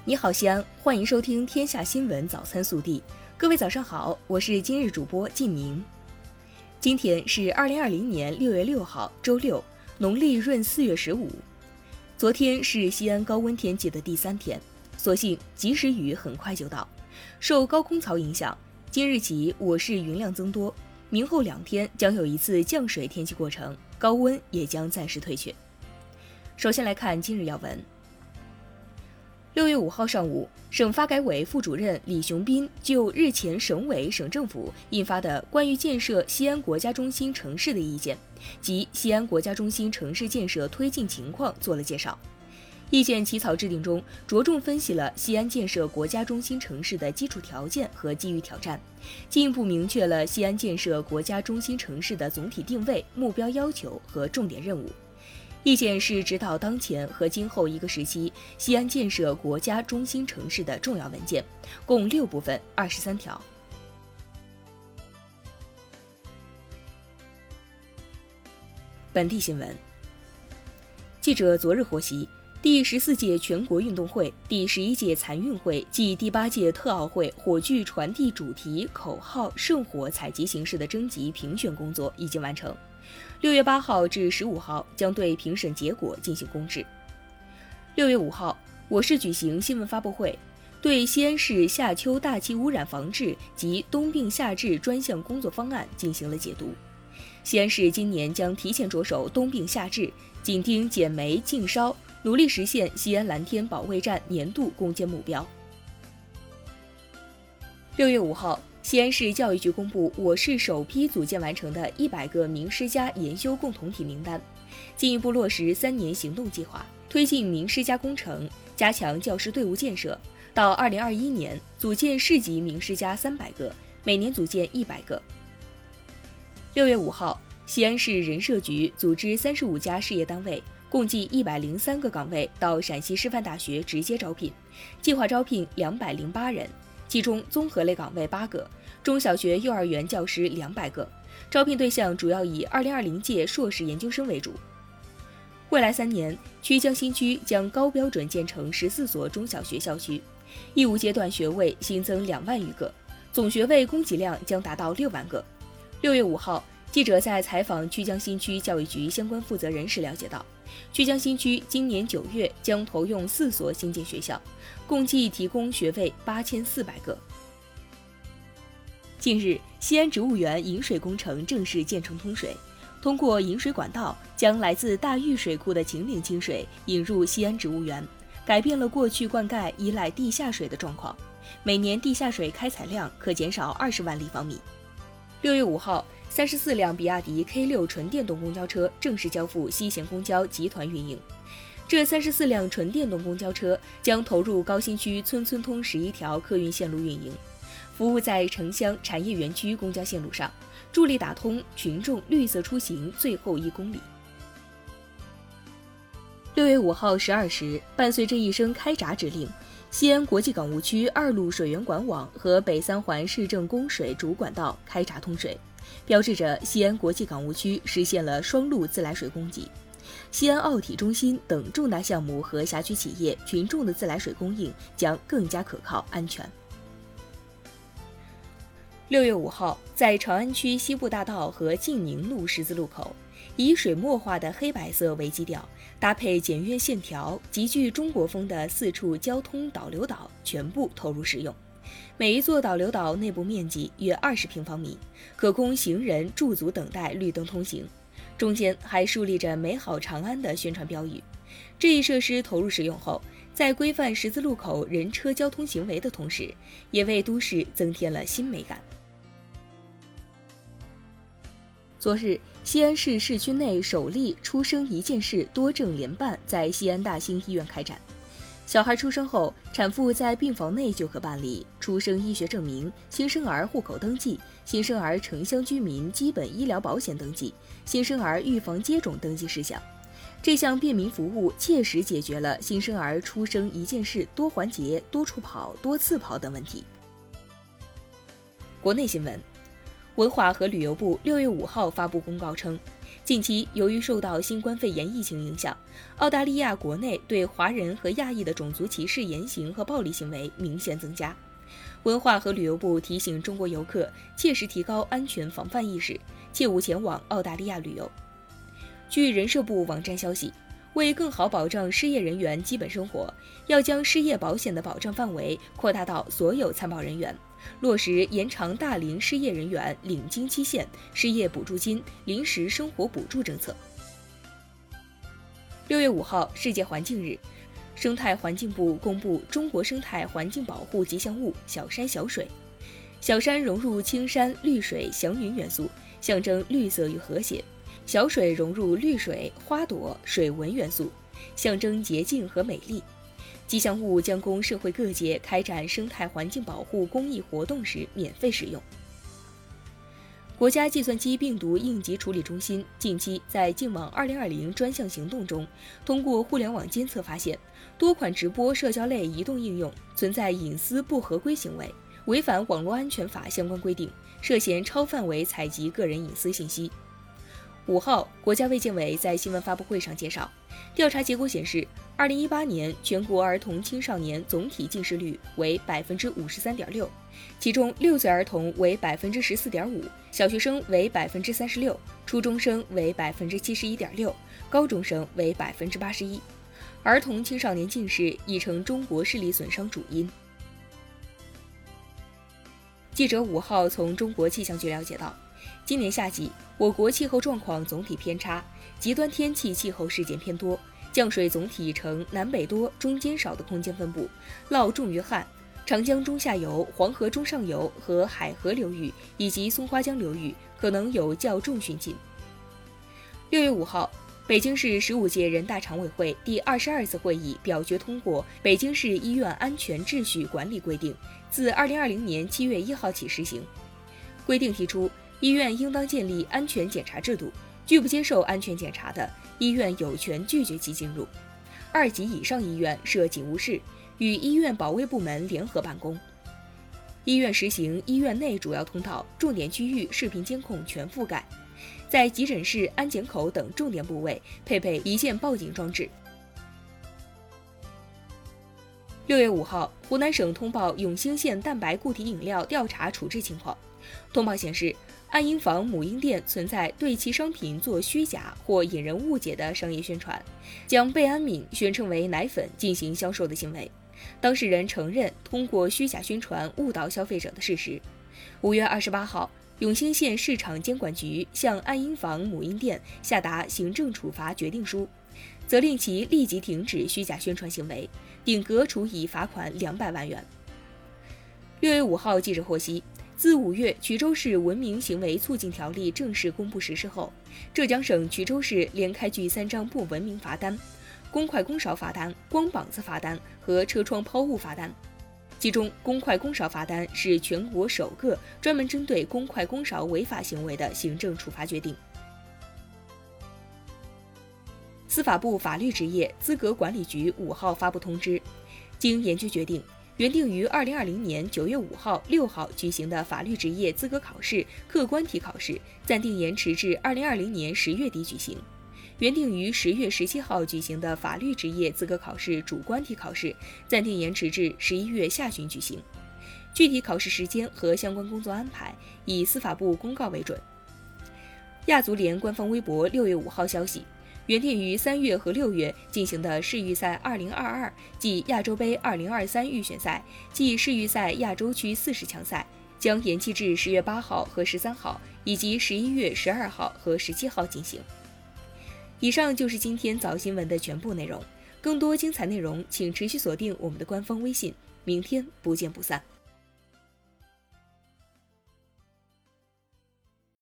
你好，西安，欢迎收听天下新闻早餐速递。各位早上好，我是今日主播靳宁。今天是2020年6月6号，周六，农历闰4月15。昨天是西安高温天气的第3天，所幸及时雨很快就到。受高空槽影响，今日起我市云量增多，明后2天将有一次降水天气过程，高温也将暂时退却。首先来看今日要闻。6月5号上午，省发改委副主任李雄斌就日前省委省政府印发的关于建设西安国家中心城市的意见及西安国家中心城市建设推进情况做了介绍。意见起草制定中，着重分析了西安建设国家中心城市的基础条件和机遇挑战，进一步明确了西安建设国家中心城市的总体定位、目标要求和重点任务。意见是指导当前和今后一个时期西安建设国家中心城市的重要文件，共6部分，23条。本地新闻，记者昨日获悉，第14届全国运动会、第11届残运会暨第8届特奥会火炬传递主题、口号、圣火采集形式的征集评选工作已经完成。6月8号至15号将对评审结果进行公示。6月5号，我市举行新闻发布会，对西安市夏秋大气污染防治及冬病夏治专项工作方案进行了解读。西安市今年将提前着手冬病夏治，紧盯减煤禁烧，努力实现西安蓝天保卫战年度攻坚目标。6月5号，西安市教育局公布我市首批组建完成的100个名师家研修共同体名单，进一步落实3年行动计划，推进名师家工程，加强教师队伍建设。到2021年，组建市级名师家300个，每年组建100个。6月5号，西安市人社局组织35家事业单位，共计103个岗位到陕西师范大学直接招聘，计划招聘208人。其中综合类岗位8个，中小学幼儿园教师200个，招聘对象主要以2020届硕士研究生为主。未来3年，曲江新区将高标准建成14所中小学校区，义务阶段学位新增2万余个，总学位供给量将达到6万个。6月5号，记者在采访曲江新区教育局相关负责人时了解到，曲江新区今年9月将投用4所新建学校，共计提供学位8400个。近日，西安植物园引水工程正式建成通水，通过引水管道将来自大峪水库的秦岭清水引入西安植物园，改变了过去灌溉依赖地下水的状况，每年地下水开采量可减少20万立方米。6月5号，34辆比亚迪 K6 纯电动公交车正式交付西咸公交集团运营。这34辆纯电动公交车将投入高新区村村通11条客运线路运营，服务在城乡产业园区公交线路上，助力打通群众绿色出行最后1公里。6月5号12时，伴随着一声开闸指令，西安国际港务区2路水源管网和北3环市政供水主管道开闸通水，标志着西安国际港务区实现了双路自来水供给。西安奥体中心等重大项目和辖区企业群众的自来水供应将更加可靠安全。6月5号，在长安区西部大道和晋宁路十字路口，以水墨画的黑白色为基调，搭配简约线条，极具中国风的4处交通导流岛全部投入使用。每一座导流岛内部面积约20平方米，可供行人驻足等待绿灯通行。中间还树立着美好长安的宣传标语。这一设施投入使用后，在规范十字路口人车交通行为的同时，也为都市增添了新美感。昨日，西安市市区内首例出生一件事多证联办在西安大兴医院开展。小孩出生后，产妇在病房内就可办理出生医学证明、新生儿户口登记、新生儿城乡居民基本医疗保险登记、新生儿预防接种登记事项。这项便民服务切实解决了新生儿出生一件事多环节、多处跑、多次跑等问题。国内新闻， 文化和旅游部6月5号发布公告称，近期由于受到新冠肺炎疫情影响，澳大利亚国内对华人和亚裔的种族歧视言行和暴力行为明显增加。文化和旅游部提醒中国游客切实提高安全防范意识，切勿前往澳大利亚旅游。据人社部网站消息，为更好保障失业人员基本生活，要将失业保险的保障范围扩大到所有参保人员，落实延长大龄失业人员领金期限、失业补助金、临时生活补助政策。6月5号，世界环境日，生态环境部公布中国生态环境保护吉祥物小山小水。小山融入青山、绿水、祥云元素，象征绿色与和谐；小水融入绿水、花朵、水纹元素，象征洁净和美丽。吉祥物将供社会各界开展生态环境保护公益活动时免费使用。国家计算机病毒应急处理中心近期在净网2020专项行动中，通过互联网监测发现，多款直播社交类移动应用存在隐私不合规行为，违反网络安全法相关规定，涉嫌超范围采集个人隐私信息。5号，国家卫健委在新闻发布会上介绍，调查结果显示，2018年全国儿童青少年总体近视率为53.6%，其中6岁儿童为14.5%，小学生为36%，初中生为71.6%，高中生为81%。儿童青少年近视已成中国视力损伤主因。记者5号从中国气象局了解到，今年夏季我国气候状况总体偏差，极端天气气候事件偏多，降水总体呈南北多、中间少的空间分布，涝重于旱。长江中下游、黄河中上游和海河流域以及松花江流域可能有较重汛情。6月5号，北京市15届人大常委会第22次会议表决通过《北京市医院安全秩序管理规定》，自2020年7月1号起实行。规定提出，医院应当建立安全检查制度，拒不接受安全检查的，医院有权拒绝其进入。2级以上医院设警务室，与医院保卫部门联合办公。医院实行医院内主要通道、重点区域视频监控全覆盖，在急诊室、安检口等重点部位配备一键报警装置。6月5号，湖南省通报永兴县蛋白固体饮料调查处置情况。通报显示，安营坊母婴店存在对其商品做虚假或引人误解的商业宣传，将贝安敏宣称为奶粉进行销售的行为。当事人承认通过虚假宣传误导消费者的事实。5月28号，永兴县市场监管局向安营坊母婴店下达行政处罚决定书，责令其立即停止虚假宣传行为，顶格处以罚款200万元。6月5号，记者获悉，自5月衢州市文明行为促进条例正式公布实施后，浙江省衢州市连开具3张不文明罚单：公筷公勺罚单、光膀子罚单和车窗抛物罚单。其中，公筷公勺罚单是全国首个专门针对公筷公勺违法行为的行政处罚决定。司法部法律职业资格管理局5号发布通知，经研究决定，原定于2020年9月5号、6号举行的法律职业资格考试客观题考试暂定延迟至2020年10月底举行。原定于10月17号举行的法律职业资格考试主观题考试暂定延迟至11月下旬举行。具体考试时间和相关工作安排以司法部公告为准。亚足联官方微博6月5号消息，原定于3月和6月进行的世预赛2022暨亚洲杯2023预选赛暨世预赛亚洲区40强赛将延期至10月8号和13号，以及11月12号和17号进行。以上就是今天早新闻的全部内容，更多精彩内容请持续锁定我们的官方微信，明天不见不散。